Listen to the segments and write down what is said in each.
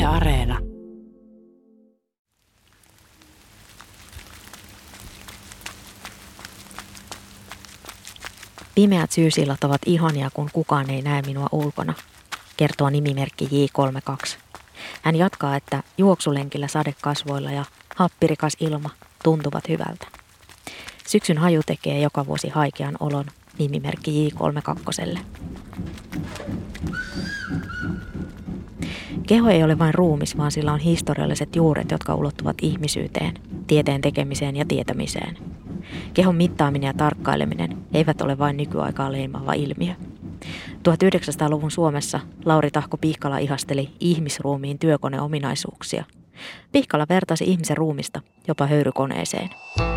Areena. Pimeät syysillat ovat ihania, kun kukaan ei näe minua ulkona, kertoo nimimerkki J32. Hän jatkaa, että juoksulenkillä sadekasvoilla ja happirikas ilma tuntuvat hyvältä. Syksyn haju tekee joka vuosi haikean olon, nimimerkki J32. Keho ei ole vain ruumis, vaan sillä on historialliset juuret, jotka ulottuvat ihmisyyteen, tieteen tekemiseen ja tietämiseen. Kehon mittaaminen ja tarkkaileminen eivät ole vain nykyaikaa leimaava ilmiö. 1900-luvun Suomessa Lauri Tahko Pihkala ihasteli ihmisruumiin työkoneominaisuuksia. Pihkala vertasi ihmisen ruumista jopa höyrykoneeseen.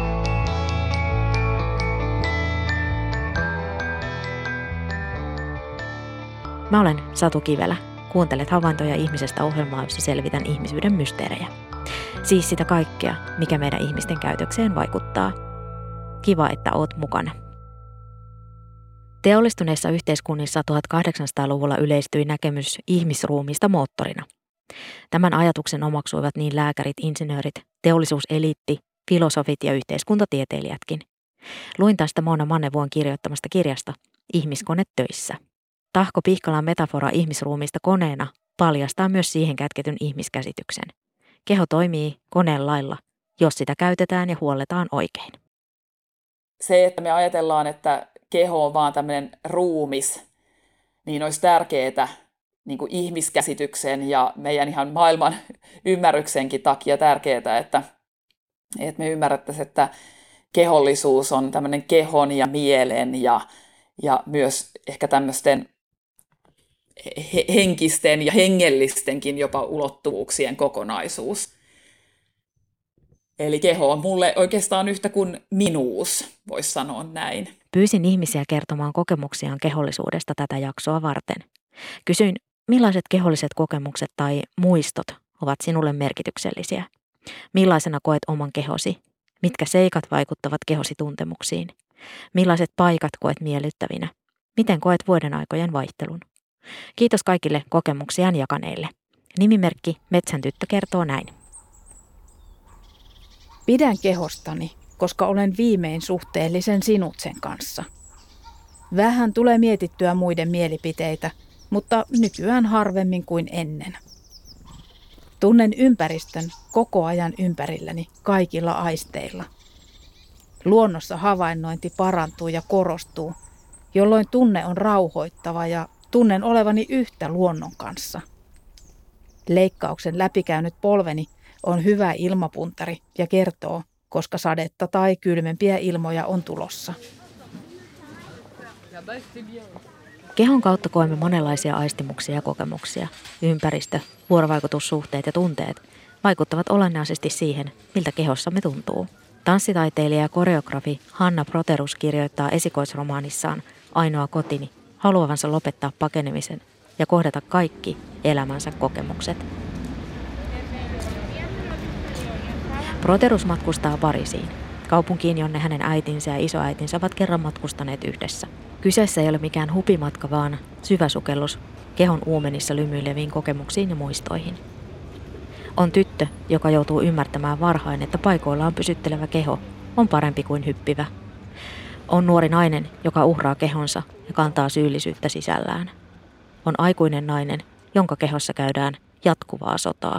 Mä olen Satu Kivelä. Kuuntelet Havaintoja ihmisestä -ohjelmaa, jossa selvitän ihmisyyden mysteerejä. Siis sitä kaikkea, mikä meidän ihmisten käytökseen vaikuttaa. Kiva, että oot mukana. Teollistuneissa yhteiskunnissa 1800-luvulla yleistyi näkemys ihmisruumiista moottorina. Tämän ajatuksen omaksuivat niin lääkärit, insinöörit, teollisuuseliitti, filosofit ja yhteiskuntatieteilijätkin. Luin tästä Mona Mannevuon kirjoittamasta kirjasta Ihmiskone töissä. Tahko Pihkalan metafora ihmisruumiista koneena paljastaa myös siihen kätketyn ihmiskäsityksen. Keho toimii koneen lailla, jos sitä käytetään ja huolletaan oikein. Se, että me ajatellaan, että keho on vaan tämmöinen ruumis, niin olisi tärkeää niin kuin ihmiskäsityksen ja meidän ihan maailman ymmärryksenkin takia tärkeää, että me ymmärrettäisiin, että kehollisuus on tämmöinen kehon ja mielen ja myös ehkä tämmöisten henkisten ja hengellistenkin jopa ulottuvuuksien kokonaisuus. Eli keho on mulle oikeastaan yhtä kuin minuus, voisi sanoa näin. Pyysin ihmisiä kertomaan kokemuksiaan kehollisuudesta tätä jaksoa varten. Kysyin, millaiset keholliset kokemukset tai muistot ovat sinulle merkityksellisiä? Millaisena koet oman kehosi? Mitkä seikat vaikuttavat kehosi tuntemuksiin? Millaiset paikat koet miellyttävinä? Miten koet vuoden aikojen vaihtelun? Kiitos kaikille kokemuksiaan jakaneille. Nimimerkki Metsän tyttö kertoo näin. Pidän kehostani, koska olen viimein suhteellisen sinut sen kanssa. Vähän tulee mietittyä muiden mielipiteitä, mutta nykyään harvemmin kuin ennen. Tunnen ympäristön koko ajan ympärilläni kaikilla aisteilla. Luonnossa havainnointi parantuu ja korostuu, jolloin tunne on rauhoittava ja tunnen olevani yhtä luonnon kanssa. Leikkauksen läpikäynyt polveni on hyvä ilmapuntari ja kertoo, koska sadetta tai kylmempiä ilmoja on tulossa. Kehon kautta koemme monenlaisia aistimuksia ja kokemuksia. Ympäristö, vuorovaikutussuhteet ja tunteet vaikuttavat olennaisesti siihen, miltä kehossamme tuntuu. Tanssitaiteilija ja koreografi Hanna Proterus kirjoittaa esikoisromaanissaan Ainoa kotini haluavansa lopettaa pakenemisen ja kohdata kaikki elämänsä kokemukset. Proterus matkustaa Pariisiin, kaupunkiin, jonne hänen äitinsä ja isoäitinsä ovat kerran matkustaneet yhdessä. Kyseessä ei ole mikään hupimatka, vaan syvä sukellus kehon uumenissa lymyileviin kokemuksiin ja muistoihin. On tyttö, joka joutuu ymmärtämään varhain, että paikoillaan pysyttelevä keho on parempi kuin hyppivä. On nuori nainen, joka uhraa kehonsa ja kantaa syyllisyyttä sisällään. On aikuinen nainen, jonka kehossa käydään jatkuvaa sotaa.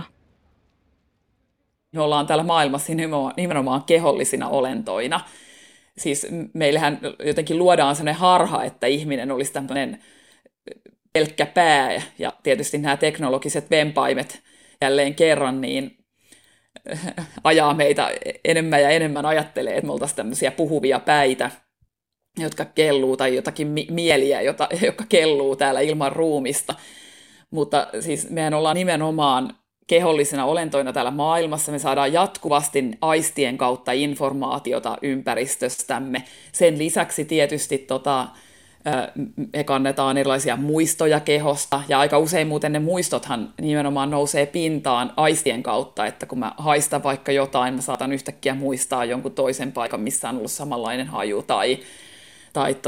Me ollaan täällä maailmassa nimenomaan kehollisina olentoina. Siis meillähän jotenkin luodaan sellainen harha, että ihminen olisi tämmöinen pelkkä pää. Ja tietysti nämä teknologiset vempaimet jälleen kerran niin ajaa meitä enemmän ja enemmän ajattelee, että me oltaisiin tämmöisiä puhuvia päitä, jotka kelluu, tai jotakin mieliä, jotka kelluu täällä ilman ruumista. Mutta siis mehän ollaan nimenomaan kehollisina olentoina täällä maailmassa. Me saadaan jatkuvasti aistien kautta informaatiota ympäristöstämme. Sen lisäksi tietysti me kannetaan erilaisia muistoja kehosta, ja aika usein muuten ne muistothan nimenomaan nousee pintaan aistien kautta, että kun mä haistan vaikka jotain, mä saatan yhtäkkiä muistaa jonkun toisen paikan, missä on ollut samanlainen haju, tai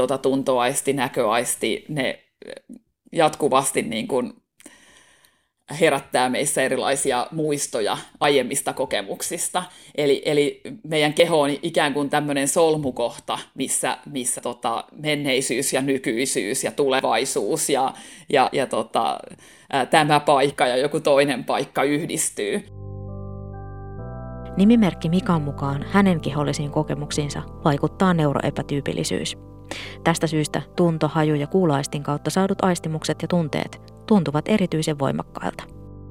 tuntoaisti, näköaisti, ne jatkuvasti niin kuin herättää meissä erilaisia muistoja aiemmista kokemuksista. Eli meidän keho on ikään kuin tämmöinen solmukohta, missä menneisyys ja nykyisyys ja tulevaisuus ja tämä paikka ja joku toinen paikka yhdistyy. Nimimerkki Mikan mukaan hänen kehollisiin kokemuksiinsa vaikuttaa neuroepätyypillisyys. Tästä syystä tunto-, haju- ja kuuloaistin kautta saadut aistimukset ja tunteet tuntuvat erityisen voimakkailta.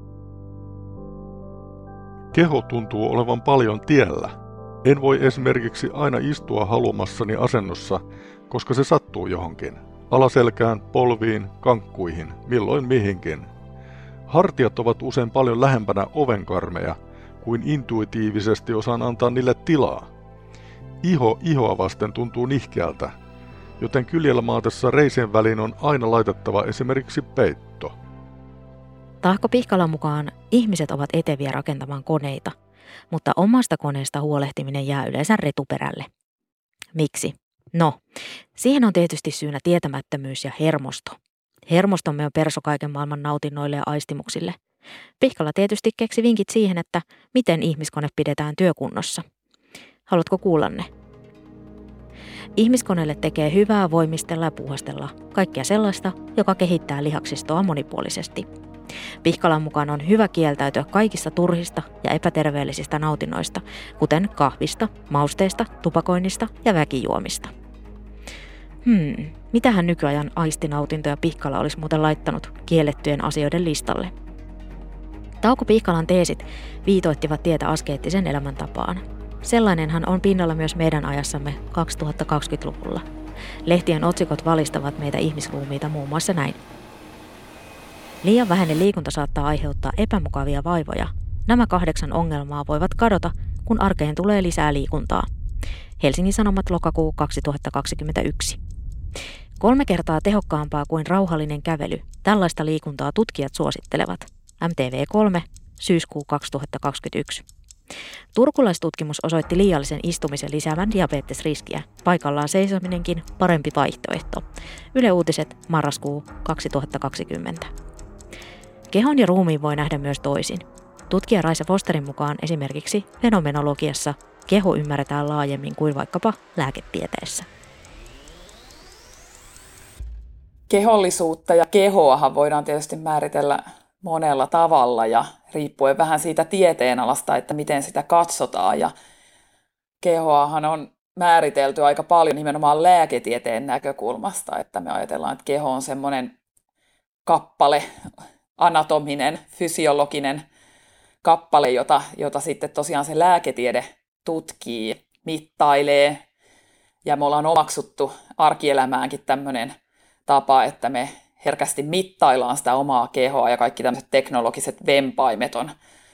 Keho tuntuu olevan paljon tiellä. En voi esimerkiksi aina istua haluamassani asennossa, koska se sattuu johonkin. Alaselkään, polviin, kankkuihin, milloin mihinkin. Hartiat ovat usein paljon lähempänä ovenkarmeja, kuin intuitiivisesti osaan antaa niille tilaa. Iho ihoa vasten tuntuu nihkeältä, joten kyljellä maatessa reisien väliin on aina laitettava esimerkiksi peitto. Tahko Pihkalan mukaan ihmiset ovat eteviä rakentamaan koneita, mutta omasta koneesta huolehtiminen jää yleensä retuperälle. Miksi? No, siihen on tietysti syynä tietämättömyys ja hermosto. Hermostomme on perso kaiken maailman nautinnoille ja aistimuksille. Pihkala tietysti keksi vinkit siihen, että miten ihmiskone pidetään työkunnossa. Haluatko kuulla ne? Ihmiskoneelle tekee hyvää voimistella ja puuhastella kaikkea sellaista, joka kehittää lihaksistoa monipuolisesti. Pihkalan mukaan on hyvä kieltäytyä kaikista turhista ja epäterveellisistä nautinnoista, kuten kahvista, mausteista, tupakoinnista ja väkijuomista. Mitähän nykyajan aistinautintoja Pihkala olisi muuten laittanut kiellettyjen asioiden listalle? Tauko Pihkalan teesit viitoittivat tietä askeettisen elämäntapaan. Sellainenhan on pinnalla myös meidän ajassamme 2020-luvulla. Lehtien otsikot valistavat meitä ihmisruumiita muun muassa näin. Liian vähäinen liikunta saattaa aiheuttaa epämukavia vaivoja. Nämä 8 ongelmaa voivat kadota, kun arkeen tulee lisää liikuntaa. Helsingin Sanomat lokakuu 2021. 3 kertaa tehokkaampaa kuin rauhallinen kävely. Tällaista liikuntaa tutkijat suosittelevat. MTV3, syyskuu 2021. Turkulaistutkimus osoitti liiallisen istumisen lisäävän diabetesriskiä. Paikallaan seisominenkin parempi vaihtoehto. Yle Uutiset, marraskuu 2020. Kehon ja ruumiin voi nähdä myös toisin. Tutkija Raisa Fosterin mukaan esimerkiksi fenomenologiassa keho ymmärretään laajemmin kuin vaikkapa lääketieteessä. Kehollisuutta ja kehoahan voidaan tietysti määritellä monella tavalla ja riippuen vähän siitä tieteenalasta, että miten sitä katsotaan. Ja kehoahan on määritelty aika paljon nimenomaan lääketieteen näkökulmasta, että me ajatellaan, että keho on semmoinen kappale, anatominen, fysiologinen kappale, jota sitten tosiaan se lääketiede tutkii, mittailee. Ja me ollaan omaksuttu arkielämäänkin tämmöinen tapa, että me herkästi mittaillaan sitä omaa kehoa ja kaikki tämmöiset teknologiset vempaimet on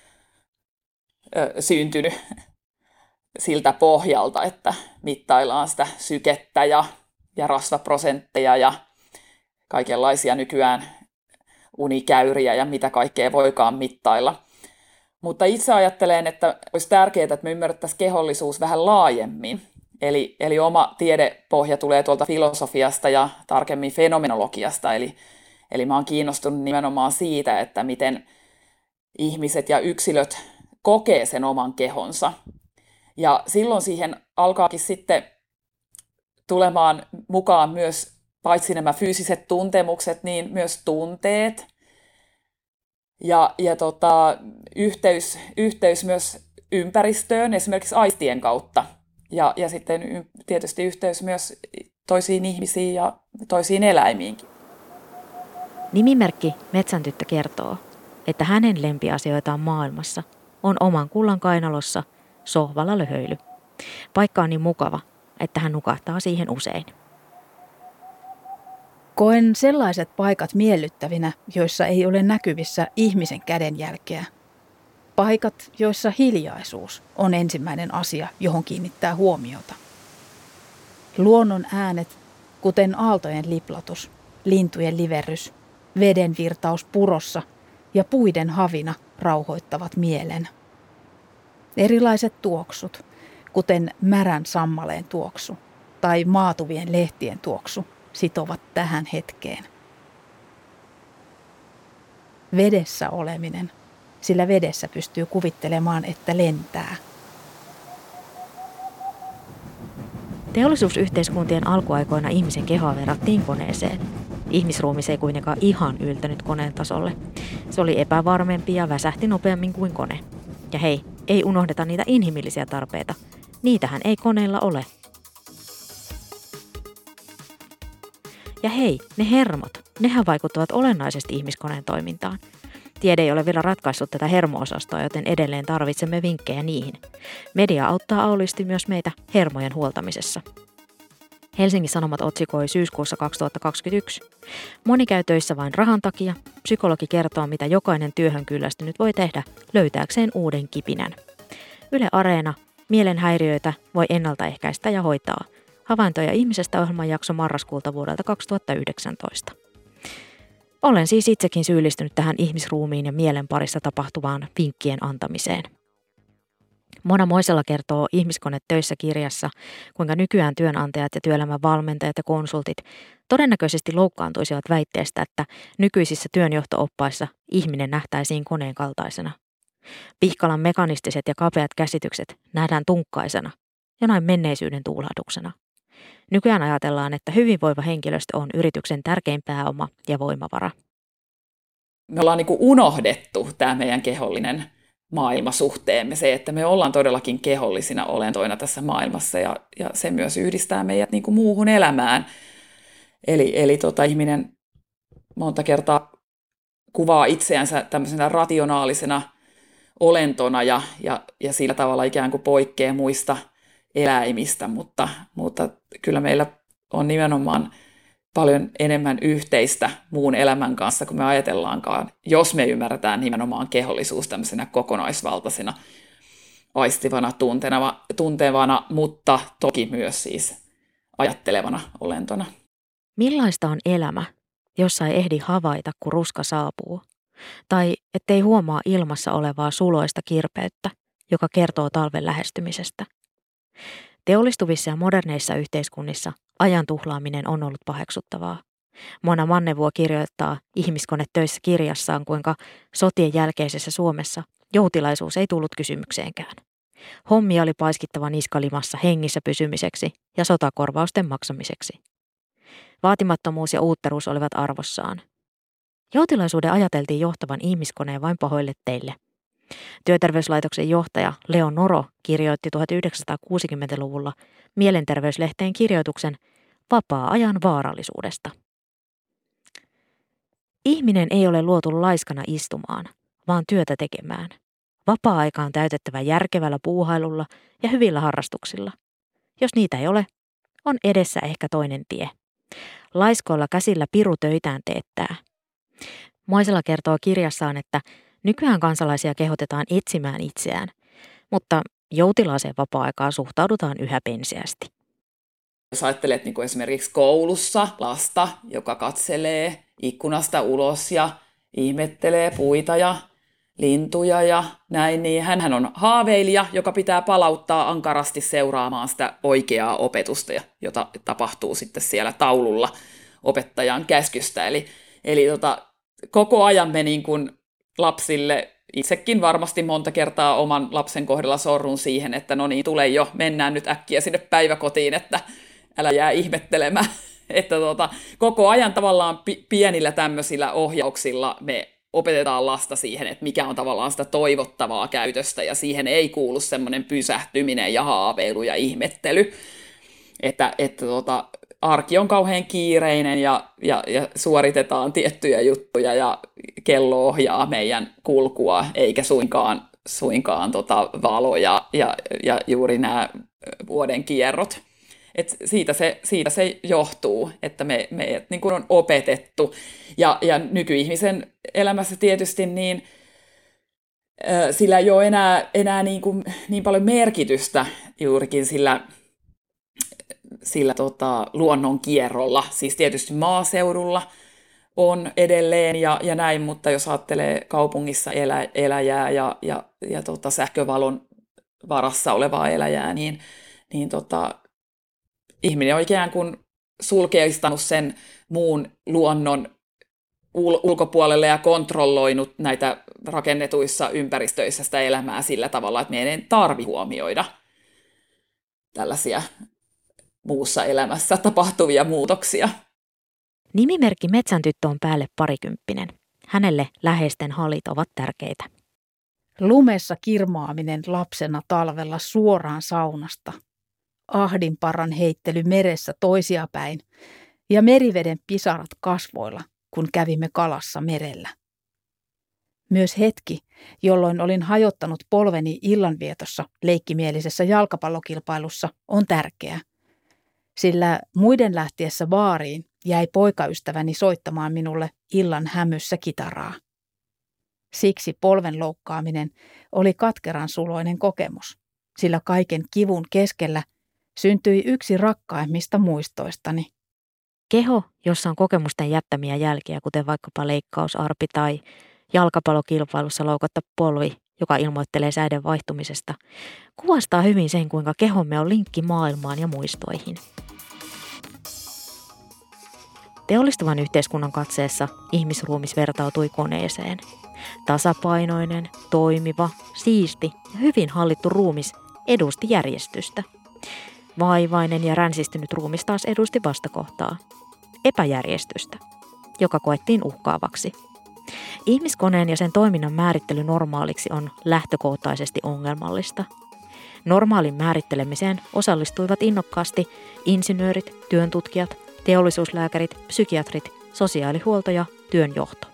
syntynyt siltä pohjalta, että mittaillaan sitä sykettä ja rasvaprosentteja ja kaikenlaisia nykyään unikäyriä ja mitä kaikkea voikaan mittailla. Mutta itse ajattelen, että olisi tärkeää, että me ymmärrettäisiin kehollisuus vähän laajemmin. Eli oma tiedepohja tulee tuolta filosofiasta ja tarkemmin fenomenologiasta. Eli mä oon kiinnostunut nimenomaan siitä, että miten ihmiset ja yksilöt kokee sen oman kehonsa. Ja silloin siihen alkaakin sitten tulemaan mukaan myös paitsi nämä fyysiset tuntemukset, niin myös tunteet ja yhteys myös ympäristöön, esimerkiksi aistien kautta. Ja sitten tietysti yhteys myös toisiin ihmisiin ja toisiin eläimiinkin. Nimimerkki Metsäntyttö kertoo, että hänen lempiasioitaan maailmassa on oman kullan kainalossa sohvalla löhöily. Paikka on niin mukava, että hän nukahtaa siihen usein. Koen sellaiset paikat miellyttävinä, joissa ei ole näkyvissä ihmisen kädenjälkeä. Paikat, joissa hiljaisuus on ensimmäinen asia, johon kiinnittää huomiota. Luonnon äänet, kuten aaltojen liplatus, lintujen liverrys, veden virtaus purossa ja puiden havina rauhoittavat mielen. Erilaiset tuoksut, kuten märän sammaleen tuoksu tai maatuvien lehtien tuoksu, sitovat tähän hetkeen. vedessä oleminen, sillä vedessä pystyy kuvittelemaan, että lentää. Teollisuusyhteiskuntien alkuaikoina ihmisen kehoa verrattiin koneeseen. Ihmisruumis ei kuitenkaan ihan yltänyt koneen tasolle. Se oli epävarmempi ja väsähti nopeammin kuin kone. Ja hei, ei unohdeta niitä inhimillisiä tarpeita. Niitähän ei koneilla ole. Ja hei, ne hermot, nehän vaikuttavat olennaisesti ihmiskoneen toimintaan. Tiede ei ole vielä ratkaissut tätä hermo-osastoa, joten edelleen tarvitsemme vinkkejä niihin. Media auttaa auliisti myös meitä hermojen huoltamisessa. Helsingin Sanomat otsikoi syyskuussa 2021. Moni käy töissä vain rahan takia. Psykologi kertoo, mitä jokainen työhön kyllästynyt voi tehdä löytääkseen uuden kipinän. Yle Areena, mielenhäiriöitä voi ennaltaehkäistä ja hoitaa. Havaintoja ihmisestä -ohjelman jakso marraskuulta vuodelta 2019. Olen siis itsekin syyllistynyt tähän ihmisruumiin ja mielen parissa tapahtuvaan vinkkien antamiseen. Mona Moisela kertoo Ihmiskone töissä -kirjassa, kuinka nykyään työnantajat ja työelämän valmentajat ja konsultit todennäköisesti loukkaantuisivat väitteestä, että nykyisissä työnjohto-oppaissa ihminen nähtäisiin koneen kaltaisena. Pihkalan mekanistiset ja kapeat käsitykset nähdään tunkkaisena, jonain menneisyyden tuulahduksena. Nykyään ajatellaan, että hyvinvoiva henkilöstö on yrityksen tärkein pääoma ja voimavara. Me ollaan niin kuin unohdettu tämä meidän kehollinen maailmasuhteemme, se, että me ollaan todellakin kehollisina olentoina tässä maailmassa ja se myös yhdistää meidät niin kuin muuhun elämään. Eli ihminen monta kertaa kuvaa itseänsä tämmöisenä rationaalisena olentona ja sillä tavalla ikään kuin poikkeaa muista eläimistä, mutta kyllä meillä on nimenomaan paljon enemmän yhteistä muun elämän kanssa, kuin me ajatellaankaan, jos me ymmärretään nimenomaan kehollisuus tämmöisenä kokonaisvaltaisena, aistivana, tuntevana, mutta toki myös siis ajattelevana olentona. Millaista on elämä, jossa ei ehdi havaita, kun ruska saapuu? Tai ettei huomaa ilmassa olevaa suloista kirpeyttä, joka kertoo talven lähestymisestä? Teollistuvissa ja moderneissa yhteiskunnissa ajan tuhlaaminen on ollut paheksuttavaa. Mona Mannevuo kirjoittaa Ihmiskone töissä -kirjassaan, kuinka sotien jälkeisessä Suomessa joutilaisuus ei tullut kysymykseenkään. Hommia oli paiskittava niskalimassa hengissä pysymiseksi ja sotakorvausten maksamiseksi. Vaatimattomuus ja uutteruus olivat arvossaan. Joutilaisuuden ajateltiin johtavan ihmiskoneen vain pahoille teille. Työterveyslaitoksen johtaja Leo Noro kirjoitti 1960-luvulla Mielenterveyslehteen kirjoituksen vapaa-ajan vaarallisuudesta. Ihminen ei ole luotu laiskana istumaan, vaan työtä tekemään. Vapaa-aika on täytettävä järkevällä puuhailulla ja hyvillä harrastuksilla. Jos niitä ei ole, on edessä ehkä toinen tie. Laiskoilla käsillä piru töitään teettää. Moisela kertoo kirjassaan, että nykyään kansalaisia kehotetaan etsimään itseään, mutta joutilaaseen vapaa-aikaan suhtaudutaan yhä penseästi. Jos ajattelet niin kuin esimerkiksi koulussa lasta, joka katselee ikkunasta ulos ja ihmettelee puita ja lintuja ja näin, niin hänhän on haaveilija, joka pitää palauttaa ankarasti seuraamaan sitä oikeaa opetusta, jota tapahtuu sitten siellä taululla opettajan käskystä. Eli koko ajan me niin kuin lapsille, itsekin varmasti monta kertaa oman lapsen kohdalla sorrun siihen, että no niin, tule jo, mennään nyt äkkiä sinne päiväkotiin, että älä jää ihmettelemään. Että koko ajan tavallaan pienillä tämmöisillä ohjauksilla me opetetaan lasta siihen, että mikä on tavallaan sitä toivottavaa käytöstä, ja siihen ei kuulu semmoinen pysähtyminen ja haaveilu ja ihmettely, että arki on kauhean kiireinen ja suoritetaan tiettyjä juttuja ja kello ohjaa meidän kulkua, eikä suinkaan valoja ja juuri nämä vuoden kierrot. Et siitä se johtuu, että me niin kuin on opetettu. Ja nykyihmisen elämässä tietysti niin sillä ei ole enää niin paljon merkitystä juurikin sillä luonnon kierrolla. Siis tietysti maaseudulla on edelleen ja näin, mutta jos ajattelee kaupungissa eläjää ja sähkövalon varassa olevaa eläjää, niin ihminen on ikään kuin sulkeistanut sen muun luonnon ulkopuolelle ja kontrolloinut näitä rakennetuissa ympäristöissä sitä elämää sillä tavalla, että meidän ei tarvitse huomioida tällaisia muussa elämässä tapahtuvia muutoksia. Nimimerkki Metsän tyttö on päälle parikymppinen. Hänelle läheisten halit ovat tärkeitä. Lumessa kirmaaminen lapsena talvella suoraan saunasta. Ahdinparran heittely meressä toisia päin ja meriveden pisarat kasvoilla, kun kävimme kalassa merellä. Myös hetki, jolloin olin hajottanut polveni illanvietossa leikkimielisessä jalkapallokilpailussa, on tärkeä. Sillä muiden lähtiessä baariin jäi poikaystäväni soittamaan minulle illan hämyssä kitaraa. Siksi polven loukkaaminen oli katkeran suloinen kokemus, sillä kaiken kivun keskellä syntyi yksi rakkaimmista muistoistani. Keho, jossa on kokemusten jättämiä jälkiä, kuten vaikkapa leikkausarpi tai jalkapallokilpailussa loukattu polvi, joka ilmoittelee säiden vaihtumisesta, kuvastaa hyvin sen, kuinka kehomme on linkki maailmaan ja muistoihin. Teollistuvan yhteiskunnan katseessa ihmisruumis vertautui koneeseen. Tasapainoinen, toimiva, siisti ja hyvin hallittu ruumis edusti järjestystä. Vaivainen ja ränsistynyt ruumis taas edusti vastakohtaa, epäjärjestystä, joka koettiin uhkaavaksi. Ihmiskoneen ja sen toiminnan määrittely normaaliksi on lähtökohtaisesti ongelmallista. Normaalin määrittelemiseen osallistuivat innokkaasti insinöörit, työntutkijat, teollisuuslääkärit, psykiatrit, sosiaalihuolto ja työnjohto.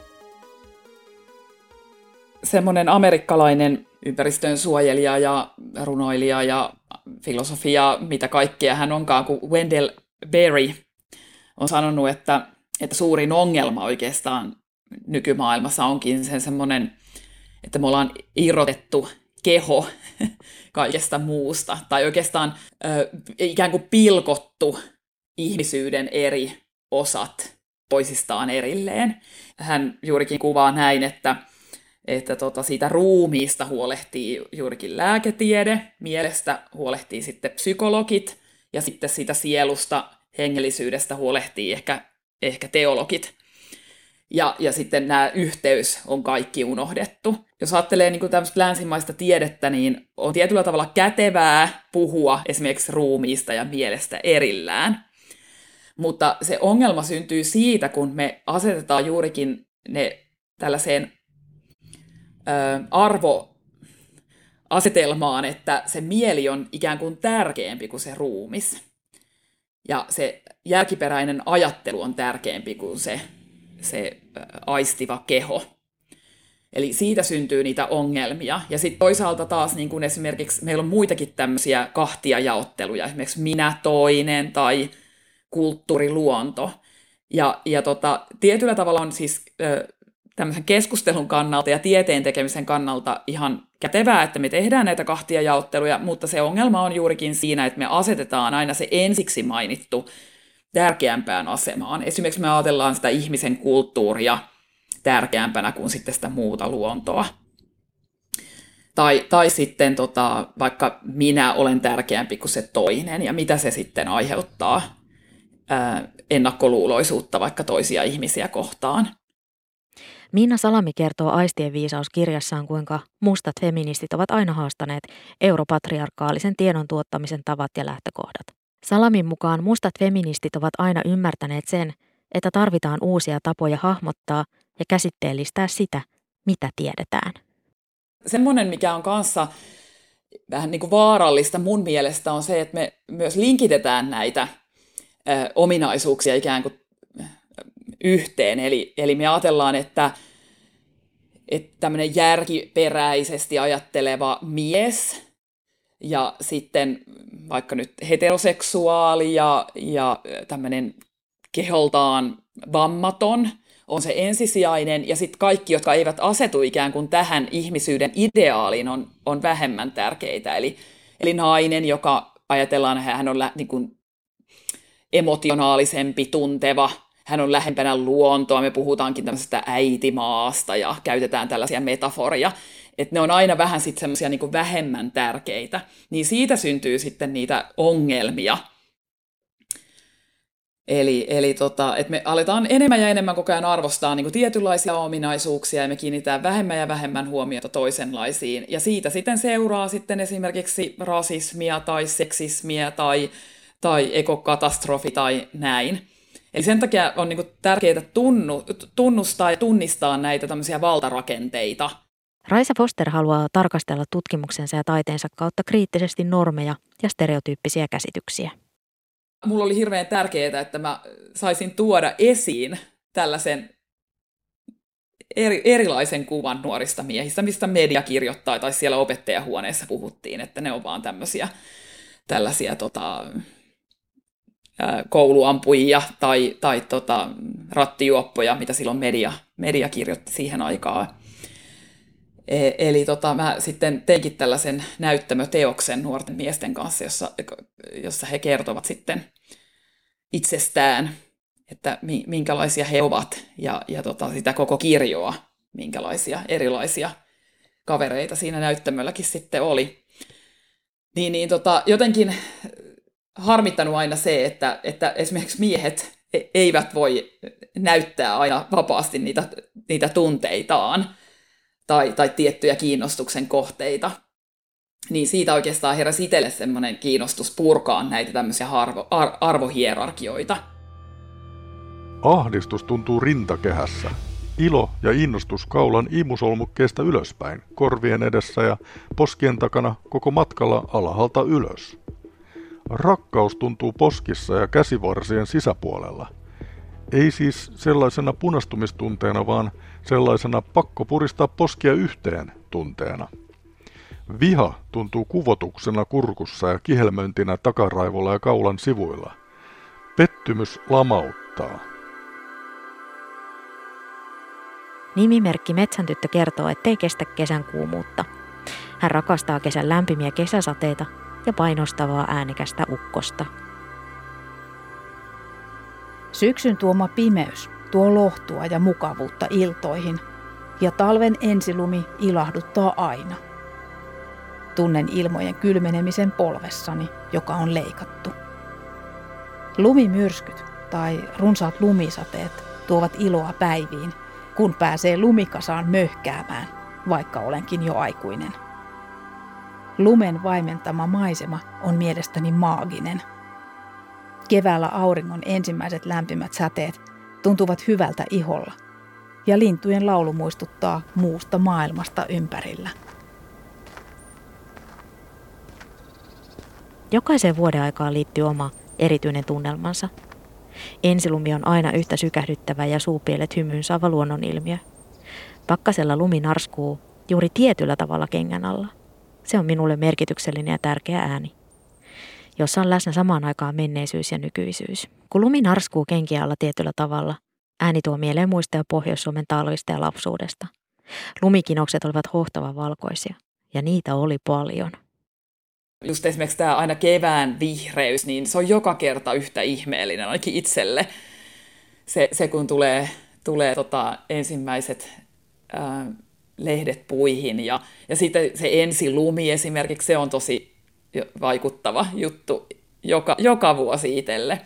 Semmoinen amerikkalainen ympäristön suojelija ja runoilija ja filosofia, mitä kaikkea hän onkaan, kuin Wendell Berry on sanonut, että suurin ongelma oikeastaan nykymaailmassa onkin se semmoinen, että me ollaan irrotettu keho kaikesta muusta, tai oikeastaan ikään kuin pilkottu ihmisyyden eri osat toisistaan erilleen. Hän juurikin kuvaa näin, että siitä ruumiista huolehtii juurikin lääketiede, mielestä huolehtii sitten psykologit, ja sitten siitä sielusta, hengellisyydestä huolehtii ehkä teologit. Ja sitten nämä yhteys on kaikki unohdettu. Jos ajattelee niin kuin tämmöistä länsimaista tiedettä, niin on tietyllä tavalla kätevää puhua esimerkiksi ruumiista ja mielestä erillään. Mutta se ongelma syntyy siitä, kun me asetetaan juurikin ne tällaiseen arvoasetelmaan, että se mieli on ikään kuin tärkeämpi kuin se ruumis. Ja se järkiperäinen ajattelu on tärkeämpi kuin se aistiva keho. Eli siitä syntyy niitä ongelmia. Ja sitten toisaalta taas niin kuin esimerkiksi meillä on muitakin tämmöisiä kahtiajaotteluja, esimerkiksi minä toinen tai kulttuuriluonto. Ja tietyllä tavalla on siis tämmöisen keskustelun kannalta ja tieteen tekemisen kannalta ihan kätevää, että me tehdään näitä kahtiajaotteluja, mutta se ongelma on juurikin siinä, että me asetetaan aina se ensiksi mainittu tärkeämpään asemaan. Esimerkiksi me ajatellaan sitä ihmisen kulttuuria tärkeämpänä kuin sitten sitä muuta luontoa. Tai sitten vaikka minä olen tärkeämpi kuin se toinen, ja mitä se sitten aiheuttaa ennakkoluuloisuutta vaikka toisia ihmisiä kohtaan. Miina Salami kertoo Aistien viisaus -kirjassaan, kuinka mustat feministit ovat aina haastaneet europatriarkaalisen tiedon tuottamisen tavat ja lähtökohdat. Salamin mukaan mustat feministit ovat aina ymmärtäneet sen, että tarvitaan uusia tapoja hahmottaa ja käsitteellistää sitä, mitä tiedetään. Semmoinen, mikä on kanssa vähän niin kuin vaarallista mun mielestä, on se, että me myös linkitetään näitä ominaisuuksia ikään kuin yhteen. Eli me ajatellaan, että tämmöinen järkiperäisesti ajatteleva mies ja sitten vaikka nyt heteroseksuaali ja tämmöinen keholtaan vammaton on se ensisijainen, ja sitten kaikki, jotka eivät asetu ikään kuin tähän ihmisyyden ideaaliin, on vähemmän tärkeitä. Eli nainen, joka ajatellaan, että hän on niin kuin emotionaalisempi, tunteva, hän on lähempänä luontoa, me puhutaankin tämmöisestä äitimaasta ja käytetään tällaisia metaforia, että ne on aina vähän sitten semmoisia niin kuin vähemmän tärkeitä, niin siitä syntyy sitten niitä ongelmia. Että me aletaan enemmän ja enemmän koko ajan arvostaa niin kuin tietynlaisia ominaisuuksia ja me kiinnitetään vähemmän ja vähemmän huomiota toisenlaisiin. Ja siitä sitten seuraa sitten esimerkiksi rasismia tai seksismiä tai ekokatastrofi tai näin. Eli sen takia on niin kuin tärkeää tunnustaa ja tunnistaa näitä tämmöisiä valtarakenteita. Raisa Foster haluaa tarkastella tutkimuksensa ja taiteensa kautta kriittisesti normeja ja stereotyyppisiä käsityksiä. Mulla oli hirveän tärkeää, että mä saisin tuoda esiin tällaisen erilaisen kuvan nuorista miehistä, mistä media kirjoittaa tai siellä opettajahuoneessa puhuttiin, että ne on vaan tällaisia kouluampujia tai rattijuoppoja, mitä silloin media kirjoitti siihen aikaan. Eli mä sitten teinkin tällaisen näyttämöteoksen nuorten miesten kanssa, jossa he kertovat sitten itsestään, että minkälaisia he ovat ja sitä koko kirjoa, minkälaisia erilaisia kavereita siinä näyttämölläkin sitten oli. Jotenkin harmittanut aina se, että esimerkiksi miehet eivät voi näyttää aina vapaasti niitä tunteitaan tai tiettyjä kiinnostuksen kohteita. Niin siitä oikeastaan heräsi itselle semmoinen kiinnostus purkaa näitä tämmöisiä arvohierarkioita. Ahdistus tuntuu rintakehässä. Ilo ja innostus kaulan imusolmukkeesta ylöspäin, korvien edessä ja poskien takana koko matkalla alhaalta ylös. Rakkaus tuntuu poskissa ja käsivarsien sisäpuolella. Ei siis sellaisena punastumistunteena, vaan sellaisena pakko puristaa poskia yhteen tunteena. Viha tuntuu kuvotuksena kurkussa ja kihelmöintinä takaraivolla ja kaulan sivuilla. Pettymys lamauttaa. Nimimerkki Metsäntyttö kertoo, ettei kestä kesän kuumuutta. Hän rakastaa kesän lämpimiä kesäsateita ja painostavaa äänekästä ukkosta. Syksyn tuoma pimeys tuo lohtua ja mukavuutta iltoihin, ja talven ensilumi ilahduttaa aina. Tunnen ilmojen kylmenemisen polvessani, joka on leikattu. Lumimyrskyt tai runsaat lumisateet tuovat iloa päiviin, kun pääsee lumikasaan möhkäämään, vaikka olenkin jo aikuinen. Lumen vaimentama maisema on mielestäni maaginen. Keväällä auringon ensimmäiset lämpimät säteet tuntuvat hyvältä iholla, ja lintujen laulu muistuttaa muusta maailmasta ympärillä. Jokaiseen vuodenaikaan liittyy oma erityinen tunnelmansa. Ensilumi on aina yhtä sykähdyttävä ja suupielet hymyyn saava luonnonilmiö. Pakkasella lumi narskuu juuri tietyllä tavalla kengän alla. Se on minulle merkityksellinen ja tärkeä ääni, jossa on läsnä samaan aikaan menneisyys ja nykyisyys. Kun lumi narskuu kenkien alla tietyllä tavalla, ääni tuo mieleen muistoja Pohjois-Suomen talvista ja lapsuudesta. Lumikinokset olivat hohtavan valkoisia, ja niitä oli paljon. Just esimerkiksi tämä aina kevään vihreys, niin se on joka kerta yhtä ihmeellinen, ainakin itselle. Se kun tulee ensimmäiset lehdet puihin ja sitten se ensilumi esimerkiksi, se on tosi vaikuttava juttu joka vuosi itselle.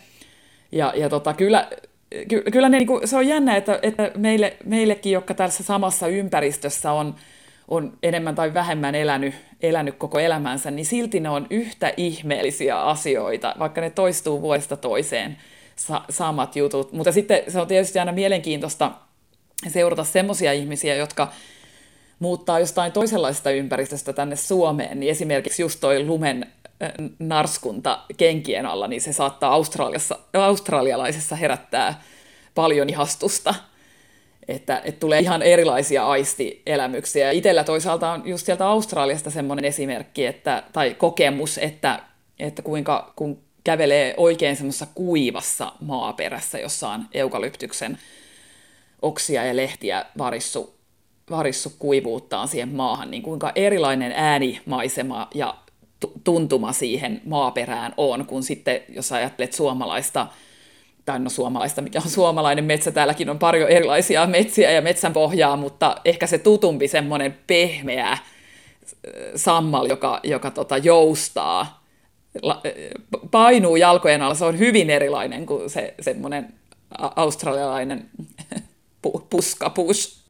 Kyllä ne, niin se on jännä, että meillekin, jotka tässä samassa ympäristössä on enemmän tai vähemmän elänyt koko elämänsä, niin silti ne on yhtä ihmeellisiä asioita, vaikka ne toistuu vuodesta toiseen samat jutut. Mutta sitten se on tietysti aina mielenkiintoista seurata semmoisia ihmisiä, jotka muuttaa jostain toisenlaisesta ympäristöstä tänne Suomeen, niin esimerkiksi just toi lumen narskunta kenkien alla, niin se saattaa australialaisessa herättää paljon ihastusta, että tulee ihan erilaisia aistielämyksiä. Itsellä toisaalta on just sieltä Australiasta semmoinen esimerkki, tai kokemus, että kun kävelee oikein semmoisessa kuivassa maaperässä, jossa on eukalyptyksen oksia ja lehtiä varissu kuivuuttaan siihen maahan, niin kuinka erilainen äänimaisema ja tuntuma siihen maaperään on, kun sitten, jos ajattelet suomalaista, mikä on suomalainen metsä, täälläkin on paljon erilaisia metsiä ja metsän pohjaa, mutta ehkä se tutumpi semmoinen pehmeä sammal, joka joustaa painuu jalkojen alla. Se on hyvin erilainen kuin se semmoinen australialainen puskapus.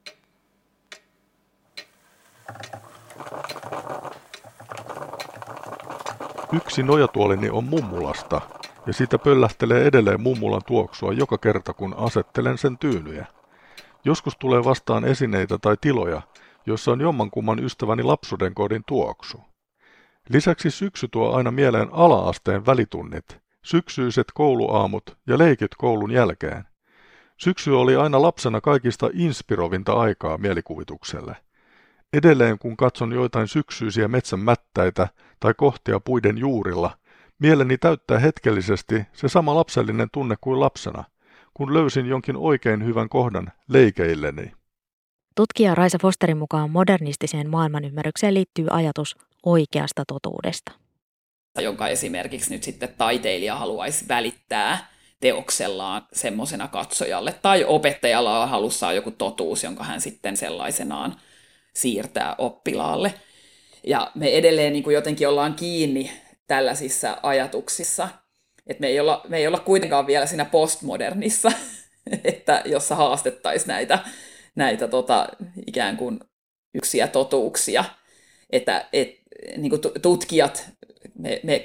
Yksi nojatuolini on mummulasta, ja siitä pöllähtelee edelleen mummulan tuoksua joka kerta, kun asettelen sen tyynyjä. Joskus tulee vastaan esineitä tai tiloja, joissa on jommankumman ystäväni lapsuuden kodin tuoksu. Lisäksi syksy tuo aina mieleen ala-asteen välitunnit, syksyiset kouluaamut ja leikit koulun jälkeen. Syksy oli aina lapsena kaikista inspirovinta aikaa mielikuvitukselle. Edelleen kun katson joitain syksyisiä metsän mättäitä tai kohtia puiden juurilla, mieleni täyttää hetkellisesti se sama lapsellinen tunne kuin lapsena, kun löysin jonkin oikein hyvän kohdan leikeilleni. Tutkija Raisa Fosterin mukaan modernistiseen maailmanymmärrykseen liittyy ajatus oikeasta totuudesta, jonka esimerkiksi nyt sitten taiteilija haluaisi välittää teoksellaan semmoisena katsojalle, tai opettajalla on halussaan joku totuus, jonka hän sitten sellaisenaan siirtää oppilaalle. Ja me edelleen niin kuin jotenkin ollaan kiinni tällaisissa ajatuksissa, että me ei olla kuitenkaan vielä siinä postmodernissa, että jossa haastettaisiin näitä ikään kuin yksiä totuuksia, että niin kuin tutkijat, me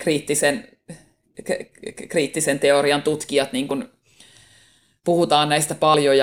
kriittisen teorian tutkijat niin kuin puhutaan näistä paljon,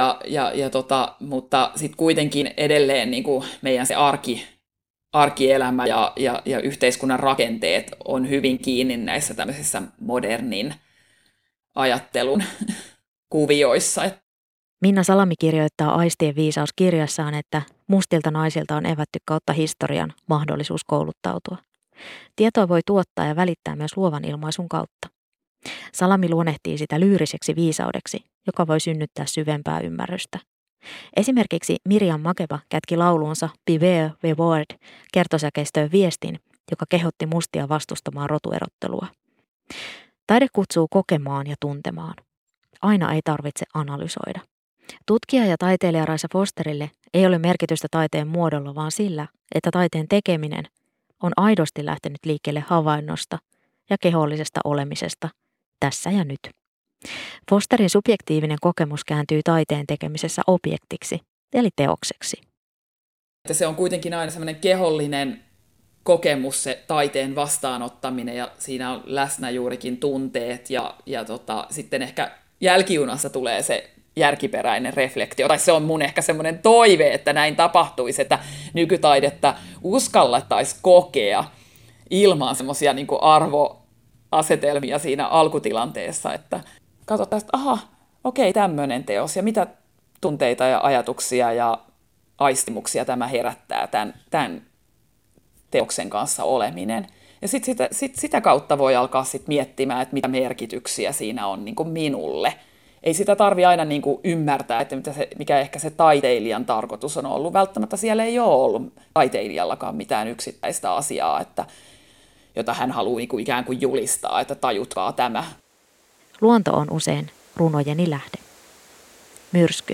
mutta sitten kuitenkin edelleen niin kuin meidän se arkielämä ja yhteiskunnan rakenteet on hyvin kiinni näissä tämmöisissä modernin ajattelun kuvioissa. Minna Salami kirjoittaa Aistien viisaus -kirjassaan, että mustilta naisilta on evätty kautta historian mahdollisuus kouluttautua. Tietoa voi tuottaa ja välittää myös luovan ilmaisun kautta. Salami luonnehtii sitä lyyriseksi viisaudeksi, joka voi synnyttää syvempää ymmärrystä. Esimerkiksi Miriam Makeba kätki lauluunsa Beware the Word kertosäkeistöön viestin, joka kehotti mustia vastustamaan rotuerottelua. Taide kutsuu kokemaan ja tuntemaan. Aina ei tarvitse analysoida. Tutkija ja taiteilija Raisa Fosterille ei ole merkitystä taiteen muodolla, vaan sillä, että taiteen tekeminen on aidosti lähtenyt liikkeelle havainnosta ja kehollisesta olemisesta tässä ja nyt. Fosterin subjektiivinen kokemus kääntyy taiteen tekemisessä objektiksi, eli teokseksi. Se on kuitenkin aina semmoinen kehollinen kokemus, se taiteen vastaanottaminen, ja siinä on läsnä juurikin tunteet, ja sitten ehkä jälkijunassa tulee se järkiperäinen reflektio, tai se on mun ehkä semmoinen toive, että näin tapahtuisi, että nykytaidetta uskallettaisiin kokea ilman semmoisia niin kuin arvoasetelmia siinä alkutilanteessa, että katsotaan, että okei, tämmöinen teos, ja mitä tunteita ja ajatuksia ja aistimuksia tämä herättää, tämän teoksen kanssa oleminen. Ja sitten sitä kautta voi alkaa sit miettimään, että mitä merkityksiä siinä on niin kuin minulle. Ei sitä tarvitse aina niin kuin ymmärtää, että mikä ehkä se taiteilijan tarkoitus on ollut. Välttämättä siellä ei ole ollut taiteilijallakaan mitään yksittäistä asiaa, jota hän haluaa niin kuin ikään kuin julistaa, että tajutkaa tämä. Luonto on usein runojeni lähde. Myrsky.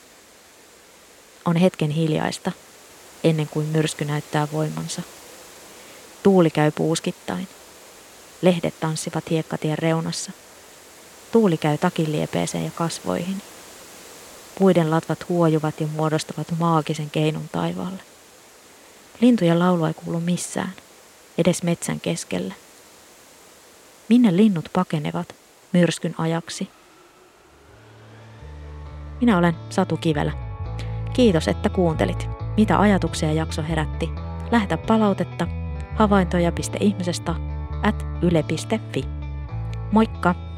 On hetken hiljaista, ennen kuin myrsky näyttää voimansa. Tuuli käy puuskittain. Lehdet tanssivat hiekkatien reunassa. Tuuli käy takin liepeeseen ja kasvoihin. Puiden latvat huojuvat ja muodostavat maagisen keinun taivaalle. Lintujen laulu ei kuulu missään, edes metsän keskellä. Minne linnut pakenevat myrskyn ajaksi? Minä olen Satu Kivelä. Kiitos, että kuuntelit. Mitä ajatuksia jakso herätti? Lähetä palautetta havaintoja.ihmisestä@yle.fi. Moikka!